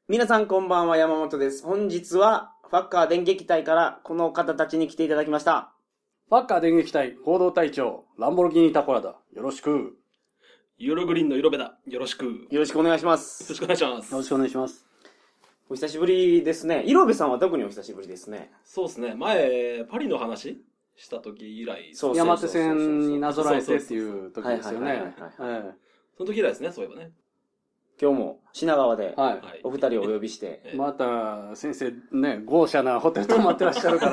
皆さんこんばんは、山本です。本日はファッカー電撃隊からこの方たちに来ていただきました。 ファッカー電撃隊行動隊長、ランボルギーニタコラだ。よろしく。 ユーログリーンの色部だ。よろしく。よよろしくお願いします。 ろしくお願いします。 よろしくお願いします。 お久しぶりですね。色部さんは特にお久しぶりですね。 そうですね。前、パリの話した時以来。 そう山手線になぞらえてっていう時ですよね。 その時以来ですね、そういえばね。 今日も品川ではい。 お二人をお呼びして。 また、先生ね、豪奢なホテル泊まってらっしゃるから、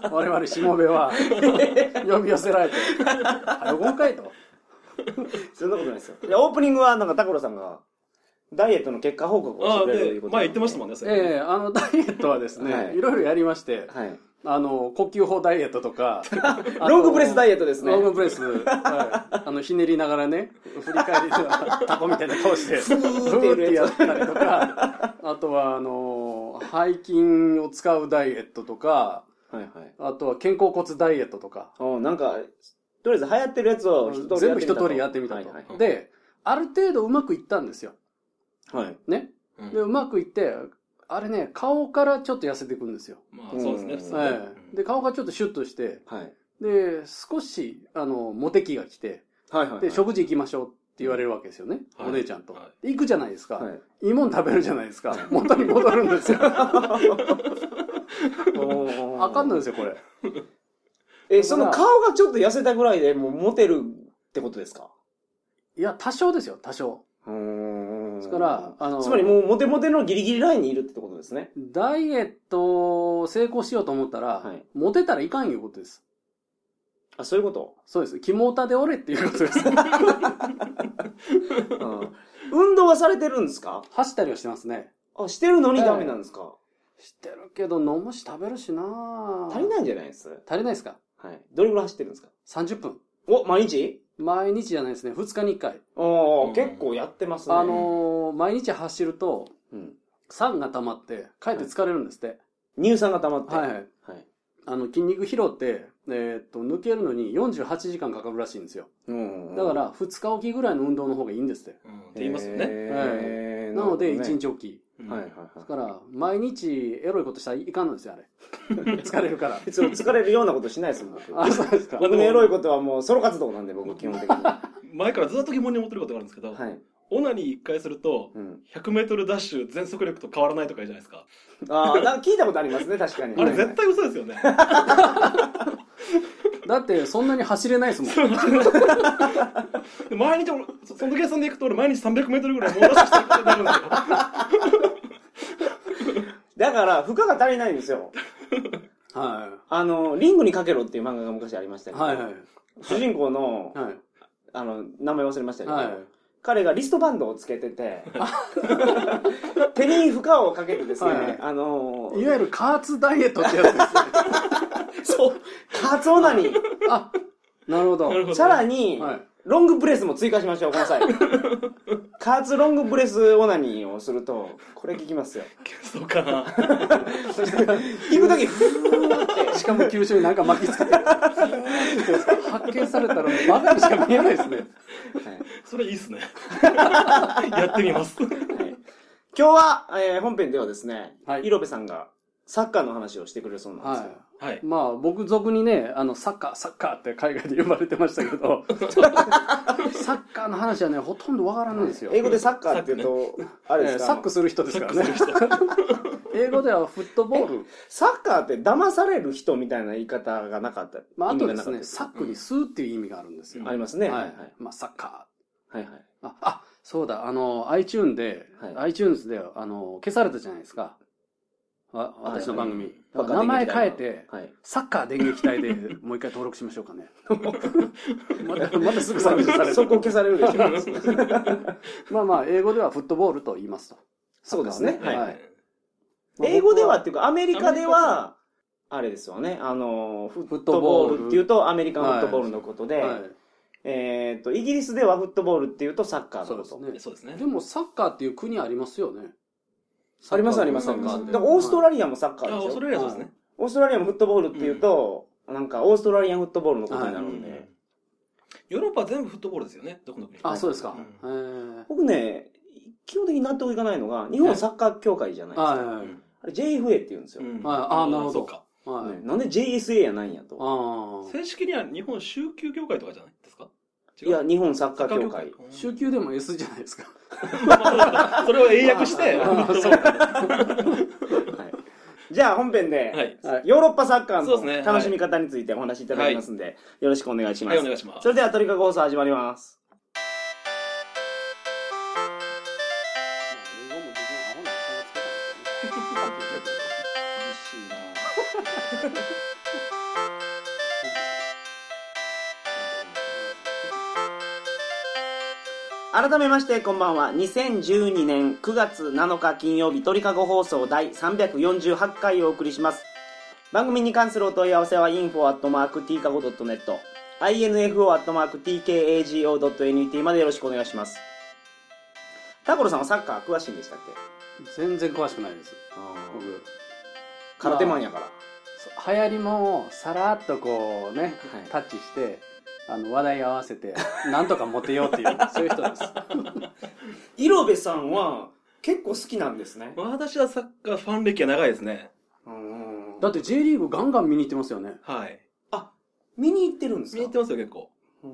我々しもべは呼び寄せられて、今回と。 そんなことないですよ。いや、オープニングはなんかタコロさんがダイエットの結果報告をしてくれるということで。 前言ってましたもんね、それ。 ダイエットはですね、いろいろやりまして、 はい。 呼吸法ダイエットとか、 ロングプレスダイエットですね。 ロングプレス、はい。ひねりながらね、振り返りながら、タコみたいな顔して、ふーってやったりとか、あとは、背筋を使うダイエットとか、 はいはい。 あとは肩甲骨ダイエットとか。 なんか、とりあえず流行ってるやつを全部一通りやってみたと。で、ある程度うまくいったんですよ。 はい。 ね。で、うまくいって、あれね、顔からちょっと痩せていくんですよ。 まあ、そうですね、普通ね。で、顔がちょっとシュッとして、 はい。 で、少し、モテ期が来て、 はいはい。 で、食事行きましょうって言われるわけですよね。お姉ちゃんと。行くじゃないですか。いいもん食べるじゃないですか。元に戻るんですよ。あかんのですよ、これ。その顔がちょっと痩せたぐらいでもうモテるってことですか？ いや、多少ですよ、多少。ですから、 つまりもうモテモテのギリギリラインにいるってことですね。 ダイエットを成功しようと思ったら、モテたらいかんいうことです。 あ、そういうこと？ そうです。キモータでおれっていうことです。 運動はされてるんですか？ 走ったりはしてますね。 あ、してるのにダメなんですか？ してるけど、飲むし食べるしな足りないんじゃないです？ 足りないですか？ はい。どれぐらい走ってるんですか ？30分。 お、毎日？ 毎日じゃないですね。2日に1回。 結構やってますね。 毎日走ると、酸が溜まって、かえって疲れるんですって。 乳酸が溜まって。 はいはい。筋肉疲労って、抜けるのに48時間かかるらしいんですよ。だから、2日おきぐらいの運動の方がいいんですって。 って言いますよね。 なので、1日おき。 はいはいはい。 だから、毎日エロいことしたらいかんのですよ、あれ。疲れるから。 疲れるようなことしないですもん、僕。 あ、そうですか。 僕のエロいことはもうソロ活動なんで、僕、基本的に。 前からずっと疑問に思ってることがあるんですけど、オナニー1回すると、100メートルダッシュ全速力と変わらないとかいいじゃないですか。 なんか聞いたことありますね、確かに。 あれ絶対嘘ですよね。 だって、そんなに走れないですもん。 毎日、その計算でいくと俺毎日300メートルぐらい猛ダッシュしてることになるんですよ。 だから、負荷が足りないんですよ。 はい。 リングにかけろっていう漫画が昔ありましたけど、 はいはい。 主人公の、名前忘れましたけど、彼がリストバンドをつけてて、手に負荷をかけてですね、いわゆる加圧ダイエットってやつですね。 そう、加圧オナニー。 あ、なるほど。 さらに、ロングプレスも追加しましょう、この際。加圧ロングプレスオナニーをすると、これ効きますよ。 そうかな。 そして、行くとき、ふーって。 しかも急所になんか巻きつけてる。発見されたらバカにしか見えないですね。 それいいっすね。やってみます。 今日は、本編ではですね、色部さんがサッカーの話をしてくれるそうなんですよ。 はい。まあ、僕俗にね、サッカーって海外で呼ばれてましたけど、サッカーの話はね、ほとんどわからないんですよ。 英語でサッカーって言うと、あれですか？ サックする人ですからね。英語ではフットボール。 サッカーって騙される人みたいな言い方がなかった。 まあ、あとですね、サックに吸うっていう意味があるんですよ。 ありますね。 はい。まあ、サッカー。はいはい。 そうだ、iTunes で、消されたじゃないですか。私の番組。名前変えて、サッカー電撃隊でもう一回登録しましょうかね。またすぐ削除される。 そこ消されるでしょ。 まあ、英語ではフットボールと言いますと。 そうですね。はい。英語ではっていうか、アメリカでは、あれですよね。フットボールっていうとアメリカンフットボールのことで、イギリスではフットボールっていうとサッカーのこと。 そうですね。 でもサッカーっていう国ありますよね。 ありますあります。だからオーストラリアもサッカーでしょ。 オーストラリアそうですね。 オーストラリアもフットボールっていうと、なんかオーストラリアンフットボールのことになるんで。 ヨーロッパは全部フットボールですよね、どこの国。 あ、そうですか。 僕ね、一基本的に納得いかないのが、日本サッカー協会じゃないですか。あれ JFA って言うんですよ。 なるほど。 なんで JSA やないんやと。 正式には日本蹴球協会とかじゃないですか？ いや、日本サッカー協会。 蹴球でも S じゃないですか。 それを英訳して。 じゃあ本編で、ヨーロッパサッカーの楽しみ方についてお話しいただきますんで、よろしくお願いします。 はい、お願いします。 それでは鳥かご放送始まります。改めましてこんばんは。2012年9月7日金曜日、鳥かご放送第348回をお送りします。番組に関するお問い合わせは info@tkago.net info@tkago.net までよろしくお願いします。タコロさんはサッカー詳しいんでしたっけ？ 全然詳しくないです。 僕空手マンやから、 流行りもさらっとこうね、タッチして話題合わせてなんとかモテようっていうそういう人です。 色部さんは結構好きなんですね。 私はサッカーファン歴は長いですね。 だって J リーグガンガン見に行ってますよね。 はい。 あ、見に行ってるんですか？ 見に行ってますよ結構。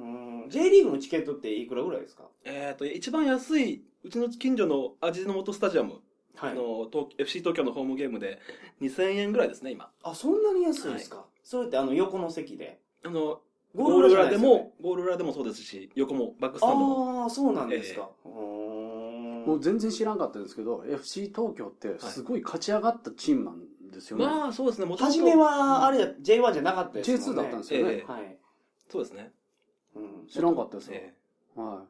J リーグのチケットっていくらぐらいですか？ 一番安いうちの近所の味の素スタジアム、FC 東京のホームゲームで2000円ぐらいですね今。 あ、そんなに安いですか？それって横の席でゴール裏でもそうですし、横もバックスタンドも。 ああ、そうなんですか。 もう全然知らんかったんですけど、FC 東京ってすごい勝ち上がったチームなんですよね。 まあそうですね。 初めはあれJ1 じゃなかったですもんね。 J2 だったんですよね。 はい。 そうですね。 知らんかったですよ。 はい。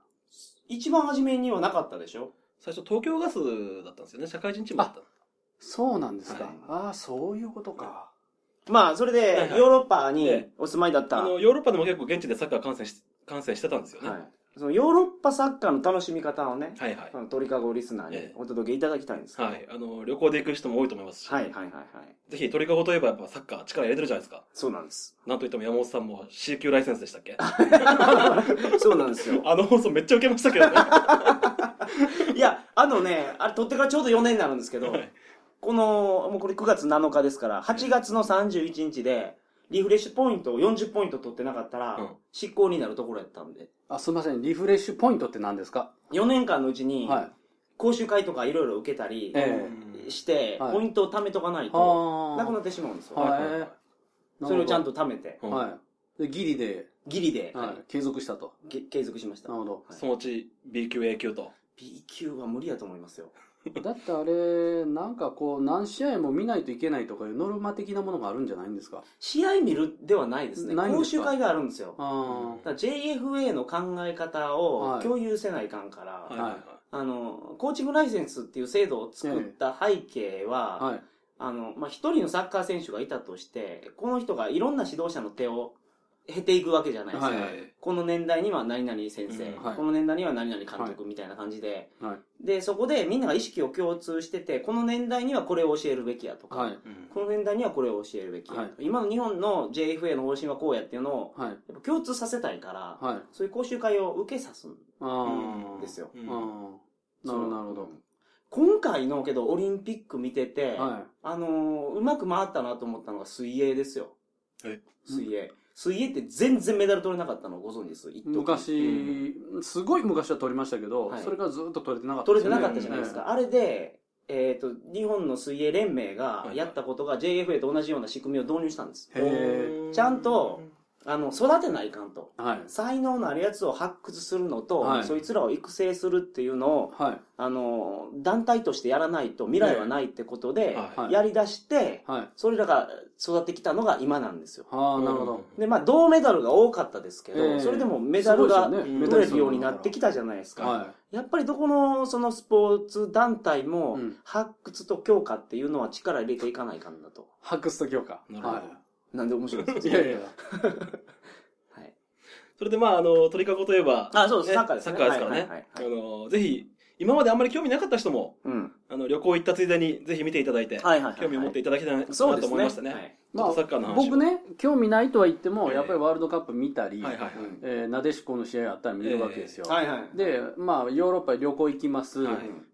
一番初めにはなかったでしょ？ 最初東京ガスだったんですよね。社会人チームだった。 そうなんですか。ああ、そういうことか。 まあ、それで、ヨーロッパにお住まいだった。 ヨーロッパでも結構現地でサッカー観戦してたんですよね。 そのヨーロッパサッカーの楽しみ方をね、鳥かごリスナーにお届けいただきたいんですけど。 はい。旅行で行く人も多いと思いますし。ぜひ鳥かごといえばやっぱサッカー力入れてるじゃないですか。 そうなんです。 なんといっても山本さんも C 級ライセンスでしたっけ？ そうなんですよ。 放送めっちゃ受けましたけどね。 いや、あれ取ってからちょうど4年になるんですけど、もうこれ9月7日ですから、8月の31日で、リフレッシュポイントを40ポイント取ってなかったら、失効になるところやったんで。 すみません、リフレッシュポイントって何ですか ？4年間のうちに、講習会とかいろいろ受けたりして、ポイントを貯めとかないと、なくなってしまうんですよ。それをちゃんと貯めて。 ギリで。継続したと。 継続しました。 なるほど。 そのうち B 級 A 級と。 B 級は無理やと思いますよ。 だってあれ、なんかこう、何試合も見ないといけないとかいうノルマ的なものがあるんじゃないんですか？ 試合見るではないですね。講習会があるんですよ。 だ JFA の考え方を共有せないかんから、コーチングライセンスっていう制度を作った背景は、一人のサッカー選手がいたとして、この人がいろんな指導者の手を経ていくわけじゃないですか。この年代には何々先生、この年代には何々監督みたいな感じで、で、そこでみんなが意識を共通してて、この年代にはこれを教えるべきやとか、この年代にはこれを教えるべきやとか、今の日本の JFA の方針はこうやっていうのを、やっぱ共通させたいから、そういう講習会を受けさすんですよ。 なるほど。 今回のけどオリンピック見てて、うまく回ったなと思ったのが水泳ですよ。水泳って全然メダル取れなかったのご存知です？ 昔、すごい昔は取りましたけど、それからずっと取れてなかった。 取れてなかったじゃないですか。あれで、日本の水泳連盟がやったことが JFA と同じような仕組みを導入したんです。ちゃんと、育てないかんと。才能のあるやつを発掘するのと、そいつらを育成するっていうのを、団体としてやらないと未来はないってことで、やり出して、それらが育ってきたのが今なんですよ。 なるほど。 で、銅メダルが多かったですけど、それでもメダルが取れるようになってきたじゃないですか。やっぱりどこのそのスポーツ団体も、発掘と強化っていうのは力入れていかないかんだと。 発掘と強化。 なんで面白いんですか？ いやいや。 はい。 それで鳥かごといえば、 そうです、サッカーですね。 サッカーですからね。ぜひ、今まであんまり興味なかった人も、旅行行ったついでにぜひ見ていただいて、興味を持っていただきたいなと思いましたね。 サッカーの話。僕ね、興味ないとは言っても、やっぱりワールドカップ見たり、なでしこの試合あったら見るわけですよ。で、ヨーロッパに旅行行きます。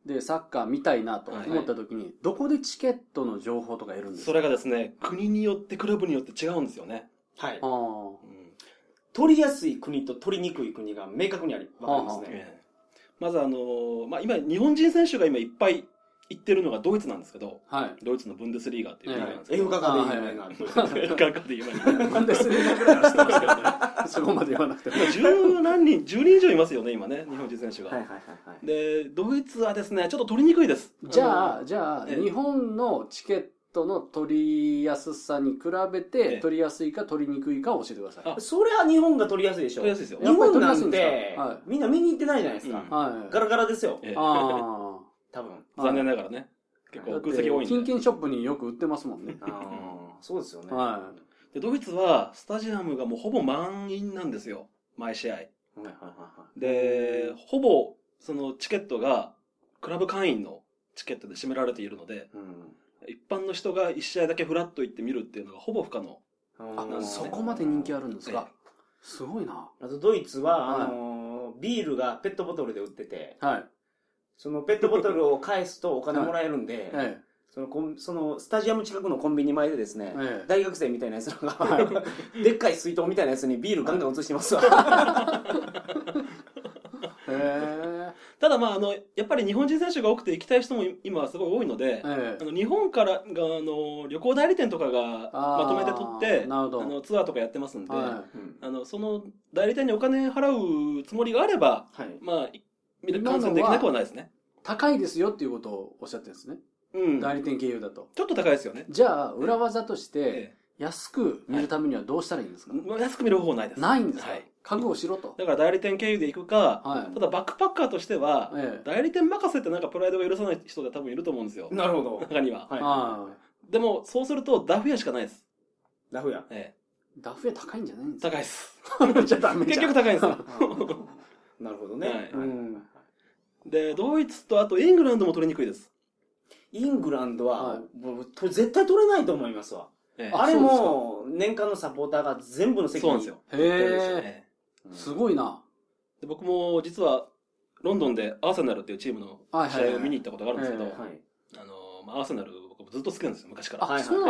でサッカー見たいなと思った時に、どこでチケットの情報とか得るんですか？ それがですね、国によってクラブによって違うんですよね。 はい。取りやすい国と取りにくい国が明確にわかりますね。 まず今日本人選手が今いっぱい行ってるのがドイツなんですけど、ドイツのブンデスリーガっていうリーガなんですけど、 エフカカで有名な。 エフカカで有名な。 ブンデスリーガぐらいは知ってますけどね。そこまで言わなくても。 10人以上いますよね、今ね、日本人選手が。で、ドイツはですね、ちょっと取りにくいです。 じゃあ、日本のチケットの取りやすさに比べて、取りやすいか取りにくいかを教えてください。 それは日本が取りやすいでしょ。 取りやすいですよ。 日本なんて、みんな見に行ってないじゃないですか。ガラガラですよ。多分。 残念ながらね。結構空席多いんで。 金券ショップによく売ってますもんね。 そうですよね。 で、ドイツはスタジアムがもうほぼ満員なんですよ。毎試合。で、ほぼそのチケットがクラブ会員のチケットで占められているので、一般の人が1試合だけフラッと行って見るっていうのがほぼ不可能。 そこまで人気あるんですか？すごいな。 あとドイツは、ビールがペットボトルで売ってて、そのペットボトルを返すとお金もらえるんで、そのスタジアム近くのコンビニ前でですね、大学生みたいなやつらが、でっかい水筒みたいなやつにビールガンガン移してますわ。 ただやっぱり日本人選手が多くて行きたい人も今はすごい多いので、日本からが旅行代理店とかがまとめて取ってツアーとかやってますんで、その代理店にお金払うつもりがあれば、観戦できなくはないですね。 高いですよっていうことをおっしゃってるんですね。代理店経由だと。 ちょっと高いですよね。 じゃあ、裏技として、安く見るためにはどうしたらいいんですか？ 安く見る方法ないです。 ないんですか？覚悟しろと。 だから代理店経由で行くか、ただバックパッカーとしては、代理店任せってなんかプライドが許さない人が多分いると思うんですよ。 なるほど。 中には。でも、そうするとダフ屋しかないです。 ダフ屋？ ダフ屋高いんじゃないんですか？ 高いです。 結局高いんですよ。 なるほどね。 で、ドイツとあとイングランドも取りにくいです。 イングランドは、絶対取れないと思いますわ。あれも、年間のサポーターが全部の席に。そうなんですよ。 へー。すごいな。 で僕も実は、ロンドンでアーセナルっていうチームの試合を見に行ったことがあるんですけど、アーセナル僕ずっと好きなんですよ、昔から。 そうなの？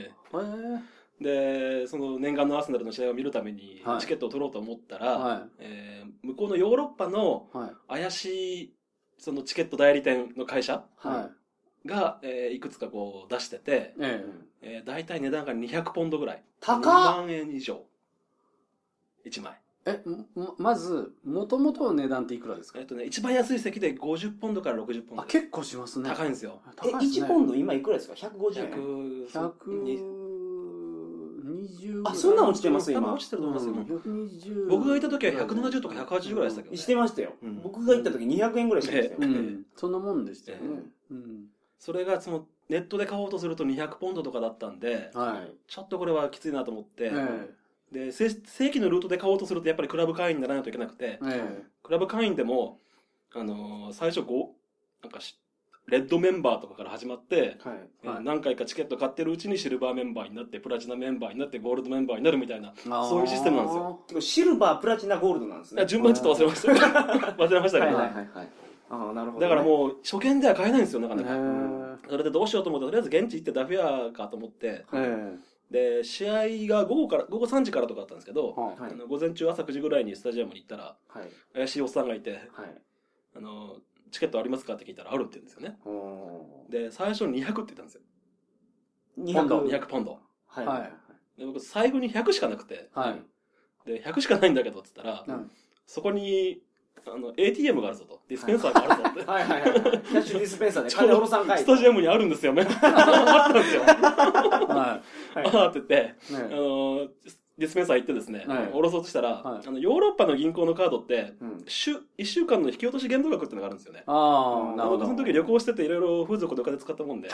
で、その念願のアーセナルの試合を見るためにチケットを取ろうと思ったら、向こうのヨーロッパの怪しいそのチケット代理店の会社がいくつかこう出してて、大体値段が200ポンドぐらい。 高っ！ 2万円以上。1枚。 まず、元々の値段っていくらですか？ 一番安い席で50ポンドから60ポンド。 結構しますね。 高いんですよ。 1ポンド今いくらですか？ 150円。120。そんなん落ちてます今。 落ちてると思いますよ。僕がいた時は170とか180ぐらいでしたけどね。 してましたよ。僕が行った時200円ぐらいしてましたよ。 そんなもんでしたよね。 それがそのネットで買おうとすると200ポンドとかだったんで、ちょっとこれはきついなと思って、で正規のルートで買おうとするとやっぱりクラブ会員にならないといけなくて、クラブ会員でも最初なんかレッドメンバーとかから始まって、何回かチケット買ってるうちにシルバーメンバーになってプラチナメンバーになってゴールドメンバーになるみたいな、そういうシステムなんですよ。 シルバー、プラチナ、ゴールドなんですね。 順番ちょっと忘れました忘れましたけど、 なるほど、 だからもう初見では買えないんですよ、なかなか。それでどうしようと思って、とりあえず現地行ってダフ屋かと思って、で試合が午後3時からとかだったんですけど、午前中朝9時ぐらいにスタジアムに行ったら、怪しいおっさんがいて、チケットありますかって聞いたらあるって言うんですよね。で最初200って言ったんですよ。200ポンド。で僕財布に100しかなくて、で100しかないんだけどって言ったら、そこにATM があるぞと、ディスペンサーがあるぞってキャッシュディスペンサーで金下ろさんかいスタジアムにあるんですよねあったんですよああって言って、ディスペンサー行ってですね、下ろそうとしたら、ヨーロッパの銀行のカードって、1週間の引き落とし限度額っていうのがあるんですよね。僕その時旅行してていろいろ風俗でお金使ったもんで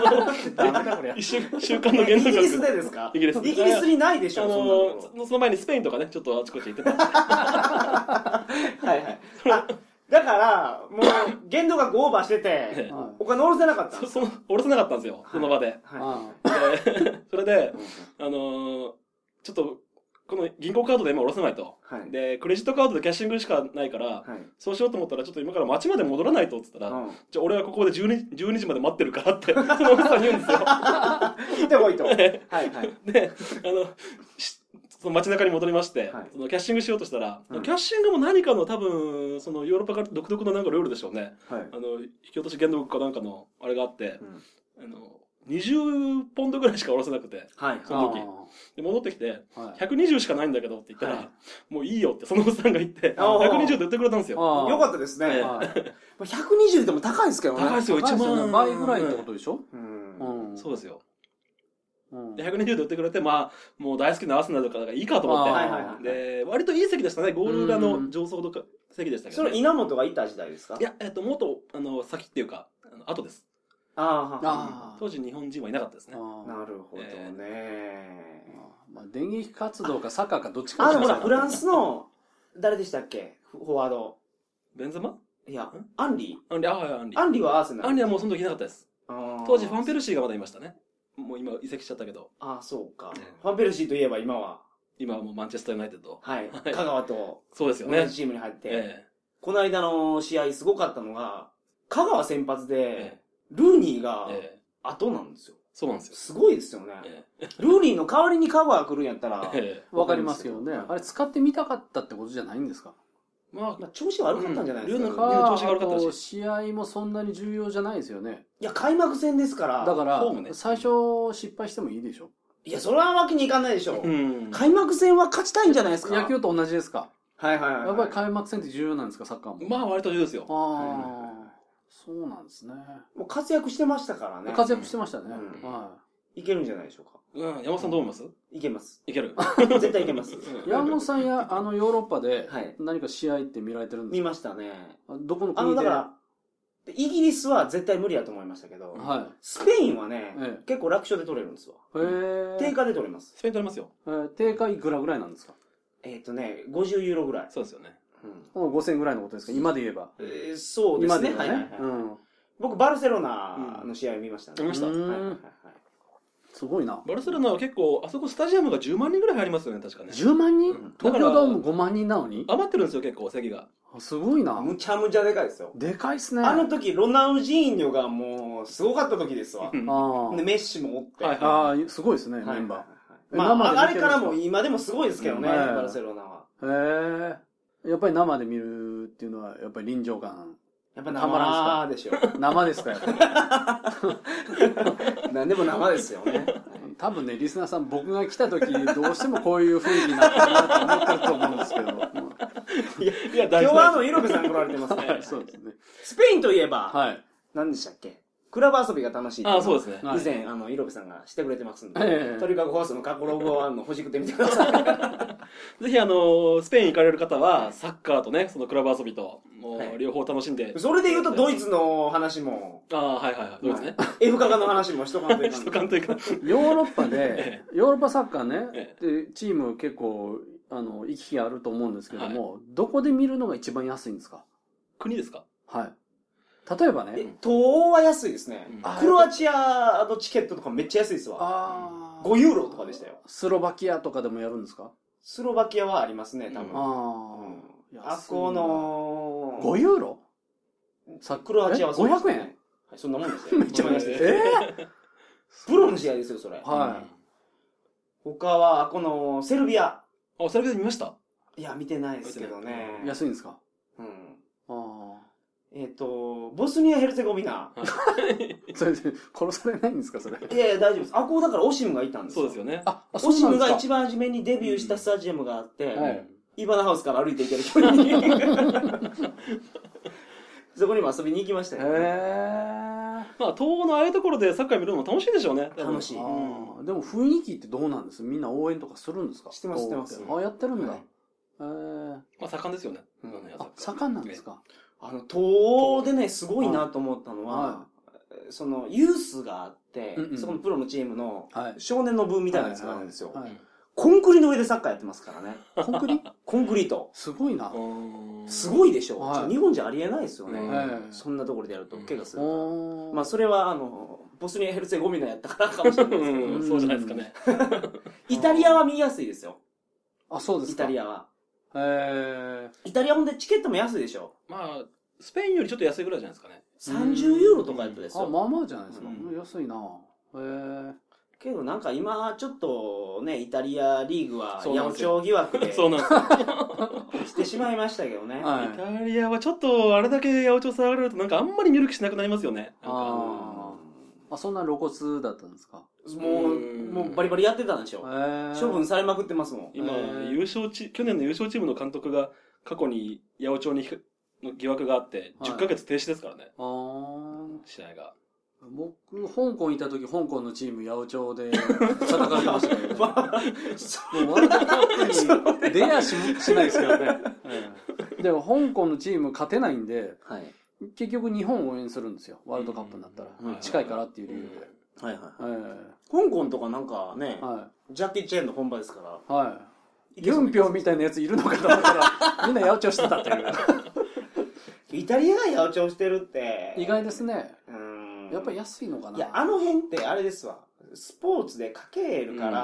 1週間の限度額。イギリスでですか？ イギリスにないでしょ。 その前にスペインとかね、ちょっとあちこち行ってたんでだから、もう、限度額オーバーしてて、お金下ろせなかったんです。 下ろせなかったんですよ、その場で。それで、ちょっと、 この銀行カードで今下ろせないと。はい、で、クレジットカードでキャッシングしかないから、はい、そうしようと思ったら、ちょっと今から街まで戻らないとって言ったら、じゃあ俺はここで12時まで待ってるからって、そのおっさんに言うんですよ。 行ってこいと。はいはい。 で、その街中に戻りまして、はい、そのキャッシングしようとしたら、キャッシングも何かの多分、そのヨーロッパから独特のなんかルールでしょうね。はい、引き落とし限度額かなんかのあれがあって、20ポンドぐらいしか下ろせなくて、はい、その時。で、戻ってきて、120しかないんだけどって言ったら、はい、もういいよってそのおっさんが言って、120で売ってくれたんですよ。 よかったですね。120でも高いですけどね。 高いですよ、1万倍ぐらいってことでしょ？ そうですよ。で、120で売ってくれて、まあ、もう大好きなアーセナルとかいいかと思って。で、割といい席でしたね。ゴール裏の上層とか席でしたけど。 それ稲本がいた時代ですか？ いや、もっと、先っていうか、後です。当時日本人はいなかったですね。 なるほどね。 まあ、電撃活動かサッカーかどっちか。 ほら、フランスの、誰でしたっけ？フォワード。 ベンゼマ？ いや、アンリはアーセナル。 アンリはもうその時いなかったです。当時ファンペルシーがまだいましたね。もう今移籍しちゃったけど。 そうか。ファンペルシーといえば今はもうマンチェスターユナイテッド。 はい。香川と、 そうですよね。 同じチームに入って、この間の試合すごかったのが、香川先発で、ルーニーが後なんですよ。 そうなんですよ。 すごいですよね。ルーニーの代わりに香川来るんやったら、 わかりますよね。あれ使ってみたかったってことじゃないんですか？ まあ、調子悪かったんじゃないですか。 ルーの調子が悪かったし。試合もそんなに重要じゃないですよね。 いや、開幕戦ですから。 だから、最初失敗してもいいでしょ。 いや、それはわけにいかないでしょ。開幕戦は勝ちたいんじゃないですか。 野球と同じですか？ はいはいはい。 やっぱり開幕戦って重要なんですか、サッカーも。 まあ、割と重要ですよ。 そうなんですね。 もう活躍してましたからね。 活躍してましたね。 いけるんじゃないでしょうか。 山本さんどう思います？ いけます。 いける。 絶対いけます。 山本さんや、ヨーロッパで何か試合って見られてるんですか？ 見ましたね。 どこの国で？ だから、イギリスは絶対無理やと思いましたけど、スペインはね、結構楽勝で取れるんですわ。定価で取れます。 スペイン取れますよ。 定価いくらぐらいなんですか ？50ユーロぐらい。 そうですよね。 5000ぐらいのことですか？今で言えば。 そうですね。 今でね。 僕、バルセロナの試合見ましたね。 見ました。 すごいな。 バルセロナは結構、あそこスタジアムが10万人ぐらい入りますよね、確かね。 10万人？東京ドーム5万人なのに？ 余ってるんですよ、結構、席が。 すごいな。 むちゃむちゃでかいですよ。 でかいっすね。 あの時、ロナウジーニョがもう、すごかった時ですわ。で、メッシもおって。 すごいですね、メンバー。まあ、あれからも今でもすごいですけどね、バルセロナは。やっぱり生で見るっていうのは、やっぱり臨場感。 やっぱ生でしょ。 生ですか、やっぱり。何でも生ですよね。 多分ね、リスナーさん、僕が来た時、どうしてもこういう雰囲気になったなと思ってると思うんですけど。 いや、今日はイロベさん来られてますね。 そうですね。 スペインといえば、何でしたっけ？クラブ遊びが楽しい。 そうですね。 以前、イロベさんがしてくれてますんで、鳥かご放送の過去ログをほじくってみてください。ぜひ、スペイン行かれる方は、サッカーとね、そのクラブ遊びと、もう、両方楽しんで。 それで言うと、ドイツの話も。 はい。ドイツね。 F カガの話もしとかんといかん。 しとかんといかん。 ヨーロッパで、ヨーロッパサッカーね、チーム結構、行き来あると思うんですけども、どこで見るのが一番安いんですか？ 国ですか？ はい。例えばね。 東欧は安いですね。クロアチアのチケットとかめっちゃ安いですわ。5ユーロとかでしたよ。 スロバキアとかでもやるんですか？ スロバキアはありますね、多分。あこの 5ユーロ？ クロアチアはそうです 500円？ そんなもんですよ。 めっちゃ安い。 プロの試合ですよ、それ。はい。他は、この、セルビア。 セルビアで見ました？ いや、見てないですけどね。 安いんですか？ ボスニア・ヘルツェゴビナ。 それで殺されないんですか、それ。 いや、大丈夫です。だからオシムがいたんですよ。 そうですよね。 オシムが一番初めにデビューしたスタジアムがあって、イバナハウスから歩いて行ける距離に。そこにも遊びに行きましたよ。 まあ、東欧のああいうところでサッカー見るのも楽しいでしょうね。 楽しい。でも雰囲気ってどうなんです？みんな応援とかするんですか？ してます。 やってるんだ。 まあ、盛んですよね。 盛んなんですか？ 東欧でね、すごいなと思ったのは、その、ユースがあって、そこのプロのチームの少年の部みたいなやつがあるんですよ。コンクリの上でサッカーやってますからね。コンクリート。 すごいな。 すごいでしょ。日本じゃありえないですよね。そんなところでやると怪我するから。まあ、それは、ボスニア・ヘルツェゴビナやったからかもしれないですけど。 そうじゃないですかね。 イタリアは見やすいですよ。 あ、そうですか。 イタリアは。イタリアほんでチケットも安いでしょ。 まあ、スペインよりちょっと安いぐらいじゃないですかね。 30ユーロとかやったですよ。 あ、まあまあじゃないですか。安いな。 けどなんか今ちょっとね、イタリアリーグは八百長疑惑でそうなんですよしてしまいましたけどね。 イタリアはちょっとあれだけ八百長されるとなんかあんまり見る気しなくなりますよね。 あ、そんな露骨だったんですか？ もうバリバリやってたんでしょ。処分されまくってますもん。 今、去年の優勝チームの監督が過去に八百長の疑惑があって、10ヶ月停止ですからね。試合が。 僕、香港いた時、香港のチーム、八百長で戦ってましたけど、もうワールドカップに出やしないですけどね。でも、香港のチーム勝てないんで、結局日本を応援するんですよ。ワールドカップになったら。近いからっていう理由で。 香港とかなんかね、ジャッキー・チェンの本場ですから。 ユンピョウみたいなやついるのかと思ったら、みんな八百長してたっていう。 イタリアが八百長してるって。 意外ですね。やっぱり安いのかな。 いや、あの辺ってあれですわ。スポーツでかけるから。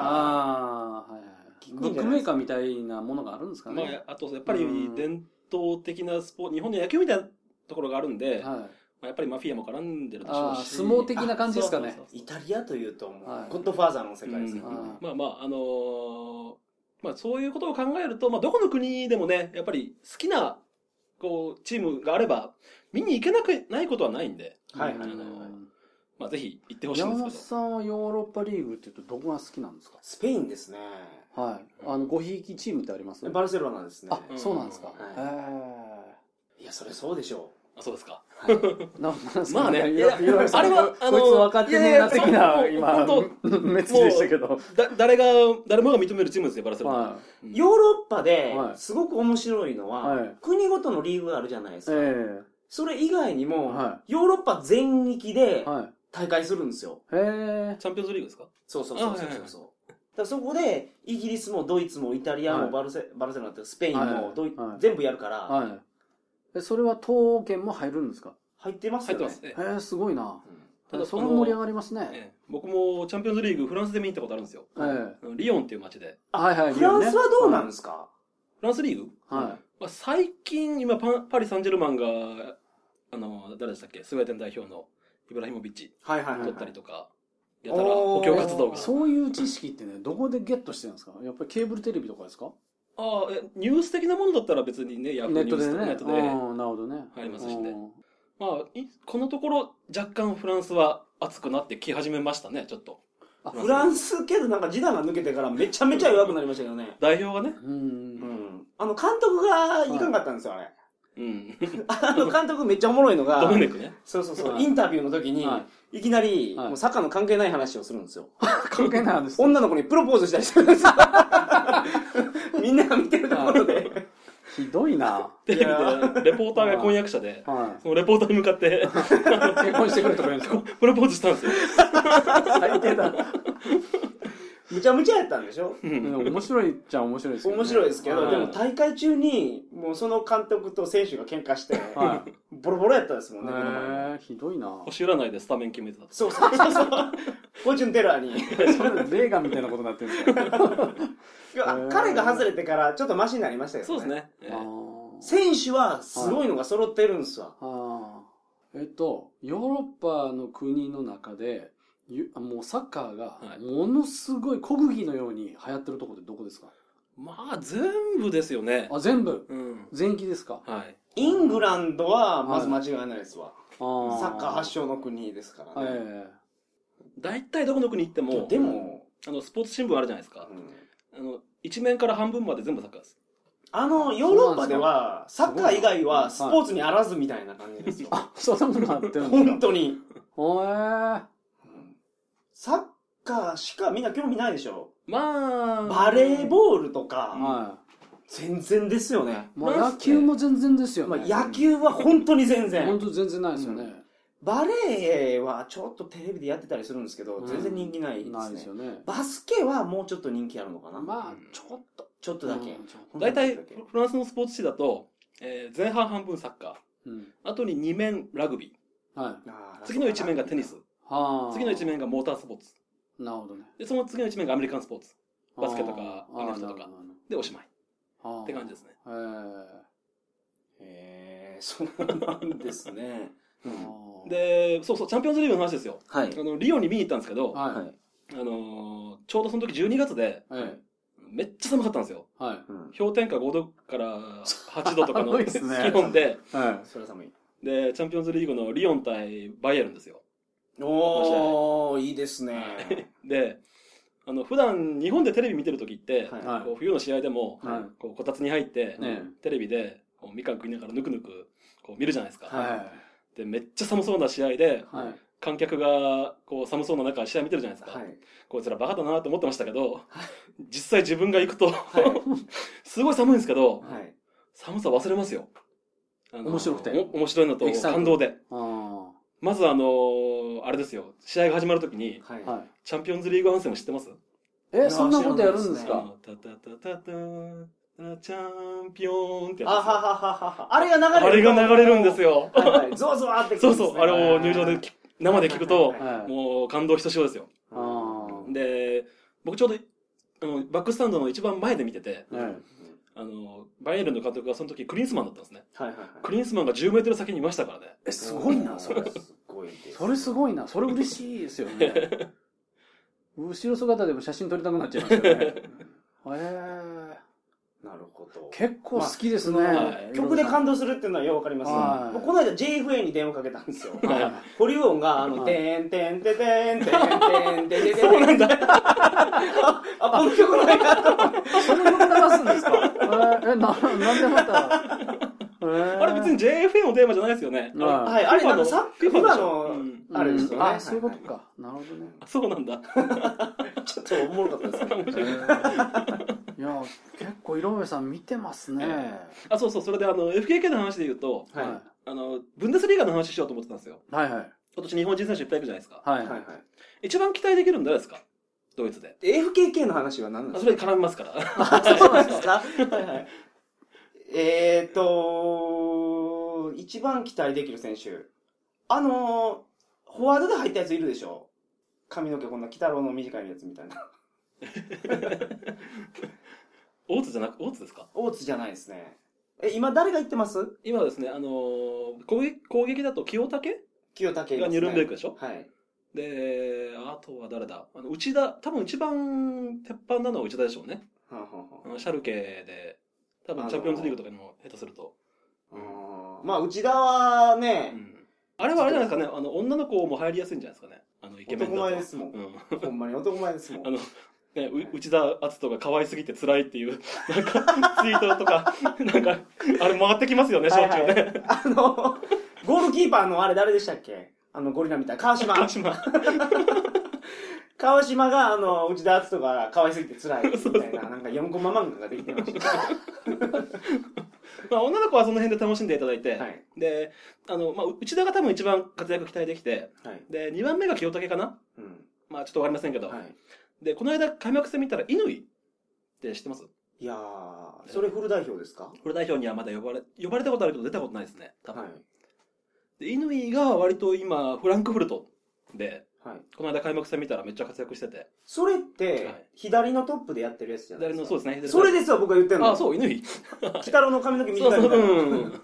ブックメーカーみたいなものがあるんですかね。 あと、やっぱり伝統的なスポーツ、日本の野球みたいなところがあるんで、やっぱりマフィアも絡んでるでしょうし。 相撲的な感じですかね。 イタリアというと、ゴッドファーザーの世界ですよ。 そういうことを考えると、どこの国でもね、やっぱり好きな、チームがあれば、見に行けないことはないんで。ぜひ行ってほしいんですけど。 山本さんはヨーロッパリーグって言うとどこが好きなんですか？ スペインですね。 ごひいきチームってありますね。 バルセロナですね。 あ、そうなんですか。 いや、それそうでしょう。 あ、そうですか。 まあね、 あれは、 こいつ分かってねえな的な、今、目つきでしたけど。 誰もが認めるチームですよ、バルセロナ。 ヨーロッパですごく面白いのは、国ごとのリーグがあるじゃないですか。それ以外にも、ヨーロッパ全域で大会するんですよ。 チャンピオンズリーグですか？ そう。そこで、イギリスもドイツもイタリアもバルセロナってスペインも全部やるから。 それは東圏も入るんですか？ 入ってますよね。 すごいな。それ盛り上がりますね。 僕もチャンピオンズリーグフランスで見に行ったことあるんですよ。リヨンっていう街で。 フランスはどうなんですか？ フランスリーグ？最近、今、パリ・サンジェルマンが、誰でしたっけ？スウェーデン代表のイブラヒモビッチ取ったりとか、やたら補強活動が。 そういう知識ってね、どこでゲットしてるんですか？やっぱりケーブルテレビとかですか？ ニュース的なものだったら別にね、ヤフーニュースとかネットで。 なるほどね。 入りますしね。このところ若干フランスは熱くなってき始めましたね、ちょっと。 フランスけどなんかジダンが抜けてからめちゃめちゃ弱くなりましたけどね。 代表がね。 監督がいかんかったんですよ、あれ。監督めっちゃおもろいのが、 ドメネクね。 そう、インタビューの時に、いきなり、もうサッカーの関係ない話をするんですよ。 関係ない話？ 女の子にプロポーズしたりするんですよ。みんなが見てるところで。 ひどいな。 テレビでレポーターが婚約者で、そのレポーターに向かって、 結婚してくれとか言うんですか？ プロポーズしたんですよ。 最低だ。 むちゃむちゃやったんでしょ？ 面白いっちゃ面白いですけどね。 面白いですけど、でも大会中に、もうその監督と選手が喧嘩して、ボロボロやったですもんね。 ひどいな。 星占いでスタメン決めてた。 そう。フォーチュンテラーに。 それレーガンみたいなことになってるんですか？ 彼が外れてからちょっとマシになりましたけどね。 そうですね。 選手はすごいのが揃ってるんですわ。 ヨーロッパの国の中で、もうサッカーがものすごい小麦のように流行ってるところってどこですか？ 全部ですよね。 全部？全域ですか？ イングランドはまず間違いないですわ。サッカー発祥の国ですからね。 大体どこの国行っても、 でも、 スポーツ新聞あるじゃないですか。一面から半分まで全部サッカーです。 ヨーロッパでは、サッカー以外はスポーツにあらずみたいな感じですよ。 そんなものなってるんですか？ 本当に。サッカーしかみんな興味ないでしょ。バレーボールとか、全然ですよね。 野球も全然ですよね。 野球は本当に全然。 本当全然ないですよね。 バレーはちょっとテレビでやってたりするんですけど、全然人気ないですね。ないですよね。バスケはもうちょっと人気あるのかな。ちょっとだけ。 大体フランスのスポーツ紙だと、前半半分サッカー、後に2面ラグビー、次の1面がテニス、次の1面がモータースポーツ。 なるほどね。 で、その次の1面がアメリカンスポーツ。バスケとかアメフトとか。 でおしまいって感じですね。 そうなんですね。 で、そうそう、チャンピオンズリーグの話ですよ。 はい。 リオに見に行ったんですけど、 はい。 ちょうどその時12月で、めっちゃ寒かったんですよ。 はい。 氷点下5度から8度とかの気温で、 それは寒い。 で、チャンピオンズリーグのリオン対バイエルンですよ。 おー、いいですね。 で、普段日本でテレビ見てる時って、こう冬の試合でも、こうこたつに入って、テレビでこうみかん食いながらぬくぬくこう見るじゃないですか。で、めっちゃ寒そうな試合で、観客がこう寒そうな中試合見てるじゃないですか。こいつらバカだなと思ってましたけど、実際自分が行くとすごい寒いんですけど、寒さ忘れますよ。 面白くて。 面白いのと感動で。まずあれですよ、試合が始まるときに、チャンピオンズリーグアンセム知ってます？ そんなことやるんですか？ タタタタタチャンピオンってやつ。 あれが流れる。 あれが流れるんですよ。 ゾワゾワってそうそう、あれを入場で生で聞くと、もう感動ひとしおですよ。で、僕ちょうどバックスタンドの一番前で見てて、バイエルンの監督がその時クリンスマンだったんですね。クリンスマンが10メートル先にいましたからね。 すごいな、それ。それすごいな。それ嬉しいですよね。後ろ姿でも写真撮りたくなっちゃいますよね。 なるほど。 結構好きですね。 曲で感動するっていうのはよくわかりますね。この間 JFA に電話かけたんですよ。保留音が、てんてんててんてんてんてんてん。そうなんだ。この曲のやつ。 その曲流すんですか？なんでまた。 あれ別に JFA のテーマじゃないですよね。 はい、あれなんかさ、FIFAの、あれですよね。 あ、そういうことか。なるほどね。 そうなんだ。 ちょっとおもろかったですね。 いや、結構色目さん見てますね。 そうそう、それでFKK の話で言うと、ブンデスリーガの話しようと思ってたんですよ。今年日本人選手いっぱいいるじゃないですか。一番期待できるの誰ですか？ドイツで。 FKK の話は何なんですか？ それ絡みますから。 そうなんですか？一番期待できる選手。フォワードで入ったやついるでしょ？髪の毛こんな鬼太郎の短いやつみたいな。 大津ですか？ 大津じゃないですね。今誰が言ってます？ 今ですね、攻撃だと清武がニュルンベルクでしょ？で、あとは誰だ？内田、多分一番鉄板なのは内田でしょうね。シャルケで、多分チャンピオンズリーグとかにも下手すると。 まあ内田はね、 あれはあれじゃないですかね、女の子も入りやすいんじゃないですかね。イケメンだと。 男前ですもん。ほんまに男前ですもん。 内田篤人が可愛すぎて辛いっていう、なんか、ツイートとか、なんか、あれ回ってきますよね、しょっちゅうね。 ゴールキーパーのあれ誰でしたっけ？ゴリラみたいな。川島が、内田篤人が可愛すぎて辛いみたいな、なんか4コマ漫画ができてました。 まあ、女の子はその辺で楽しんでいただいて、で、内田が多分一番活躍期待できて、で、2番目が清武かな？まあ、ちょっとわかりませんけど、で、この間開幕戦見たら、乾って知ってます？ いやー、それフル代表ですか？ フル代表にはまだ呼ばれたことあるけど出たことないですね、多分。で、乾が割と今、フランクフルトで、この間開幕戦見たらめっちゃ活躍してて。 それって、左のトップでやってるやつじゃないですか。 そうですね。 それですよ、僕が言ってるの。 そう、乾。 鬼太郎の髪の毛短いみたいな。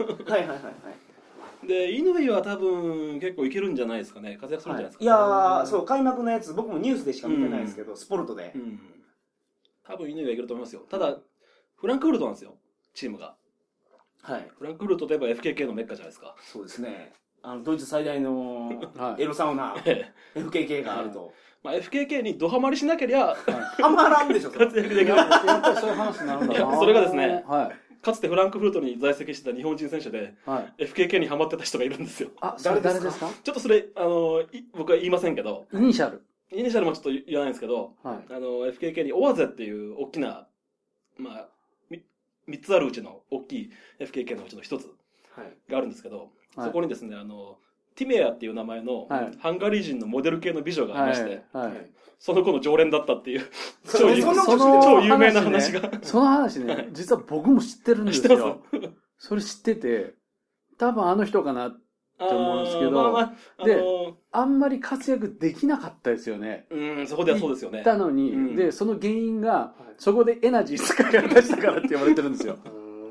で、乾は多分結構いけるんじゃないですかね。活躍するんじゃないですか。 いやー、そう、開幕のやつ、僕もニュースでしか見てないですけど、スポルトで。 多分乾はいけると思いますよ。ただ、フランクフルトなんですよ、チームが。フランクフルトといえば FKK のメッカじゃないですか。 そうですね。ドイツ最大のエロサウナ、FKK があると。 FKK にドハマりしなけりゃ、 ハマらんでしょ、 活躍できる。 やっぱりそういう話になるんだな。 それがですね、かつてフランクフルトに在籍してた日本人選手で、FKK にハマってた人がいるんですよ。 誰ですか？ ちょっとそれ、僕は言いませんけど。 イニシャルもちょっと言わないんですけど、FKK にオアゼっていう大きな、3つあるうちの大きい FKK のうちの1つがあるんですけど、そこにですね、ティメアっていう名前のハンガリー人のモデル系の美女がいまして、その子の常連だったっていう超有名な話が。 その話ね、実は僕も知ってるんですよ。それ知ってて、多分あの人かなっ思うんですけど、で、あんまり活躍できなかったですよね。 そこではそうですよね。 行ったのに、で、その原因が、そこでエナジー使い出したからって言われてるんですよ。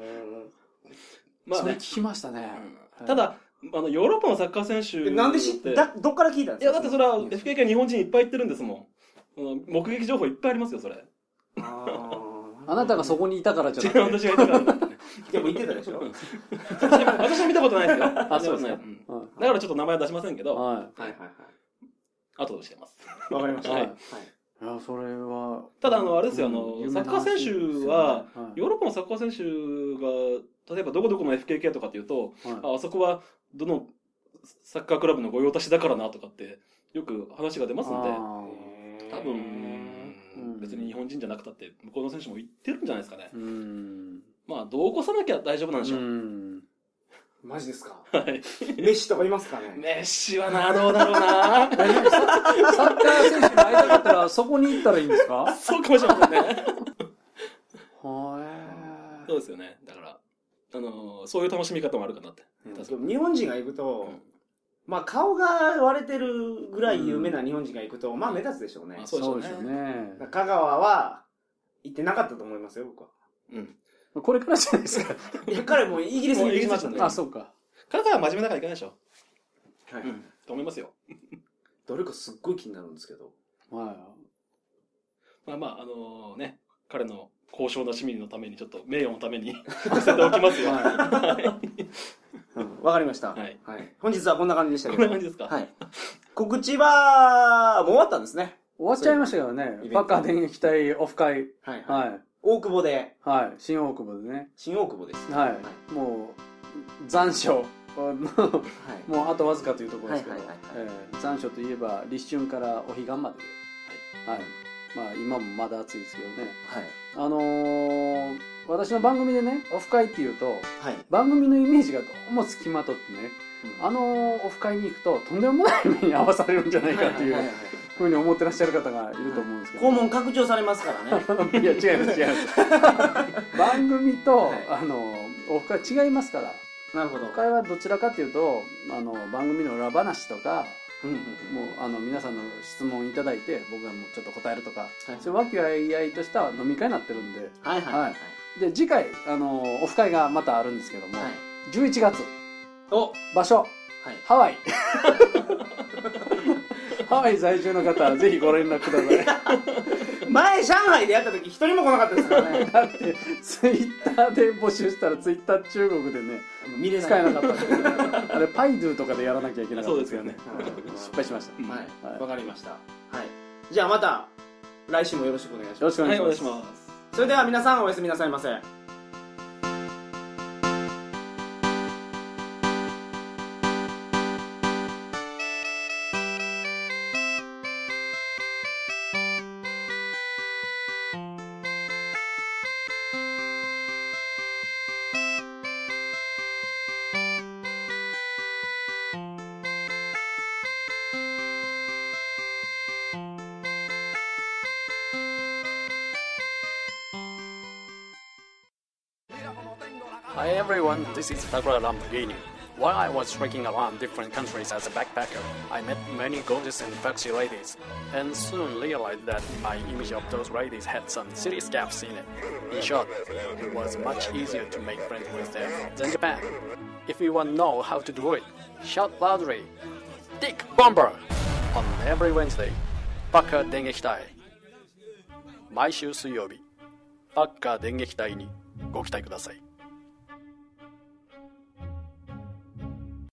それ聞きましたね。 ただ、ヨーロッパのサッカー選手なんでどっから聞いたんですか？ いや、だってそれは FKK 日本人いっぱい行ってるんですもん。目撃情報いっぱいありますよ、それ。 あなたがそこにいたからじゃなくて。 私がいたから。 でも言ってたでしょ？ 私は見たことないですよ。あ、そうですね。だからちょっと名前は出しませんけど。 はいはいはい。 後でしてます。 わかりました。はい。いや、それは。 ただ、あれですよ、サッカー選手は、ヨーロッパのサッカー選手が、例えばどこどこの FKK とかっていうと、あそこはどのサッカークラブの御用達だからなとかって、よく話が出ますんで、多分、別に日本人じゃなくたって、向こうの選手も言ってるんじゃないですかね。まあ、どう起こさなきゃ大丈夫なんでしょう。 マジですか？ はい。 メッシとかいますかね？ メッシはな、どうだろうな。サッカー選手に会いたかったら、そこに行ったらいいんですか？ そうかもしれませんね。そうですよね。だから、そういう楽しみ方もあるかなって。 日本人が行くと、まあ顔が割れてるぐらい有名な日本人が行くと、まあ目立つでしょうね。 そうですよね。 香川は行ってなかったと思いますよ、僕は。 これからじゃないですか。 いや、彼もイギリスに行きましたね。 あ、そうか。 香川は真面目だから行かないでしょ。はい。と思いますよ。 どれかすっごい気になるんですけど。 まあ、ね、彼の高尚な市民のために、ちょっと名誉のためにさせておきますよ。 わかりました。はい。本日はこんな感じでしたけど。 こんな感じですか？ はい。告知は、もう終わったんですね。 終わっちゃいましたけどね。パッカー電撃隊オフ会。 はい。大久保で。 はい。新大久保でね。 新大久保です。 はい。もう、残暑。もうあとわずかというところですけど。残暑といえば、立春からお彼岸までで。はい。まあ今もまだ暑いですけどね。はい。私の番組でね、オフ会っていうと、番組のイメージがどうもつきまとってね、オフ会に行くととんでもない目に遭わされるんじゃないかっていうふうに思ってらっしゃる方がいると思うんですけど。 肛門拡張されますからね。 いや、違います。番組と、オフ会違いますから。 なるほど。 オフ会はどちらかっていうと、番組の裏話とか、もう皆さんの質問いただいて僕がもうちょっと答えるとか、そういう和気あいあいとした飲み会になってるんで、で次回オフ会がまたあるんですけども、11月場所、ハワイハワイ在住の方はぜひご連絡ください。 前上海でやった時一人も来なかったですからね。 だってツイッターで募集したらツイッター中国でね使えなかったんで、あれパイドゥとかでやらなきゃいけなかったんですよね。失敗しました。 はい、わかりました。はい。じゃあまた来週もよろしくお願いします。 よろしくお願いします。 それでは皆さんおやすみなさいませ。 Hi everyone, this is Takura Lamborghini. While I was trekking around different countries as a backpacker, I met many gorgeous and foxy ladies, and soon realized that my image of those ladies had some serious gaps in it. In short, it was much easier to make friends with them than Japan. If you want to know how to do it, shout loudly, Dick Bomber! On every Wednesday, パッカー電撃隊。毎週水曜日、パッカー電撃隊にご期待ください。